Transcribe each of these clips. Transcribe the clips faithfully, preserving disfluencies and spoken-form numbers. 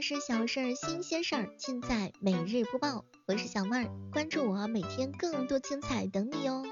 大事小事新鲜事儿，尽在每日播报。我是小妹儿，关注我，每天更多精彩等你哦。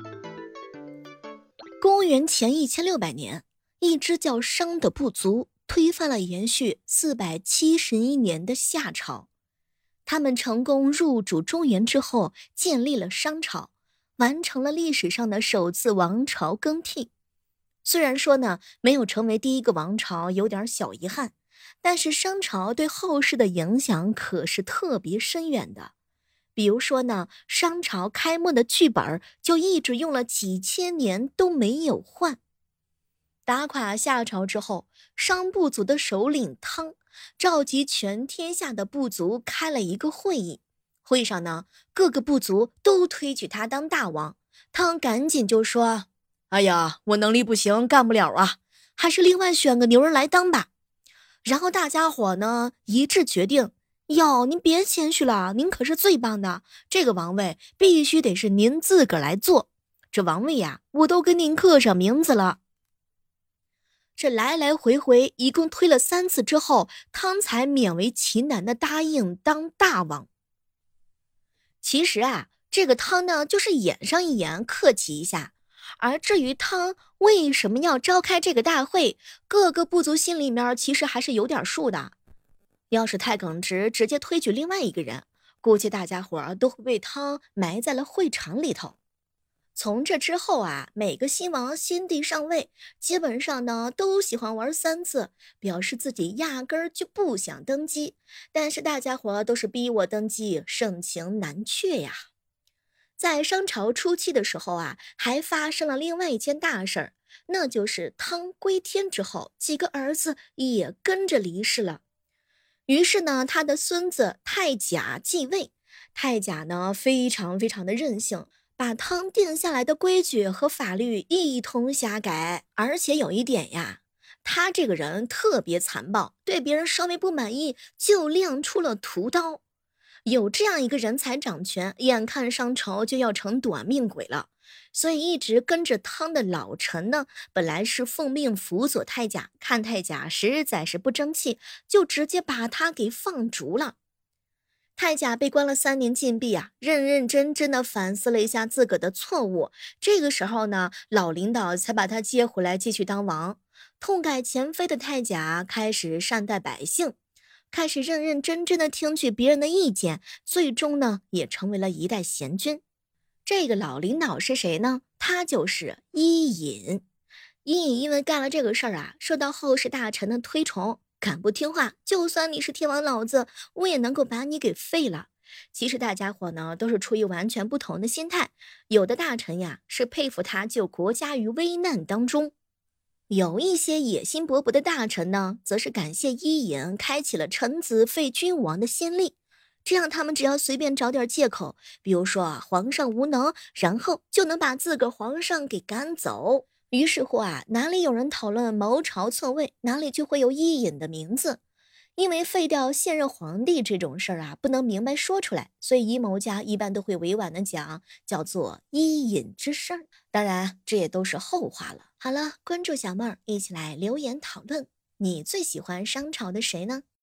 公元前一千六百年，一支叫商的部族推翻了延续四百七十一年的夏朝。他们成功入主中原之后，建立了商朝，完成了历史上的首次王朝更替。虽然说呢，没有成为第一个王朝，有点小遗憾，但是商朝对后世的影响可是特别深远的。比如说呢，商朝开幕的剧本就一直用了几千年都没有换。打垮夏朝之后，商部族的首领汤召集全天下的部族开了一个会议。会上呢，各个部族都推举他当大王。汤赶紧就说：哎呀，我能力不行，干不了啊，还是另外选个牛人来当吧。然后大家伙呢一致决定，哟，您别谦虚了，您可是最棒的，这个王位必须得是您自个儿来做。这王位呀，我都跟您刻上名字了。这来来回回一共推了三次之后，汤才勉为其难的答应当大王。其实啊，这个汤呢就是演上一演，客气一下。而至于汤为什么要召开这个大会，各个部族心里面其实还是有点数的。要是太耿直，直接推举另外一个人，估计大家伙儿都会被汤埋在了会场里头。从这之后啊，每个新王新帝上位，基本上呢都喜欢玩三次，表示自己压根儿就不想登基。但是大家伙都是逼我登基，盛情难却呀。在商朝初期的时候啊，还发生了另外一件大事儿，那就是汤归天之后，几个儿子也跟着离世了。于是呢，他的孙子太甲继位。太甲呢，非常非常的任性，把汤定下来的规矩和法律一通瞎改。而且有一点呀，他这个人特别残暴，对别人稍微不满意就亮出了屠刀。有这样一个人才掌权，眼看商朝就要成短命鬼了。所以一直跟着汤的老臣呢，本来是奉命辅佐太甲，看太甲实在是不争气，就直接把他给放逐了。太甲被关了三年禁闭啊，认认真真的反思了一下自个的错误。这个时候呢，老领导才把他接回来继续当王。痛改前非的太甲开始善待百姓，开始认认真真的听取别人的意见，最终呢，也成为了一代贤君。这个老领导是谁呢？他就是伊尹。伊尹因为干了这个事儿啊，受到后世大臣的推崇，敢不听话，就算你是天王老子，我也能够把你给废了。其实大家伙呢，都是出于完全不同的心态。有的大臣呀，是佩服他救国家于危难当中；有一些野心勃勃的大臣呢，则是感谢伊尹开启了臣子废君王的先例。这样他们只要随便找点借口，比如说啊，皇上无能，然后就能把自个皇上给赶走。于是乎啊，哪里有人讨论谋朝篡位，哪里就会有伊尹的名字。因为废掉现任皇帝这种事儿啊，不能明白说出来，所以阴谋家一般都会委婉的讲，叫做伊尹之事儿。当然，这也都是后话了。好了，关注小妹儿，一起来留言讨论，你最喜欢商朝的谁呢？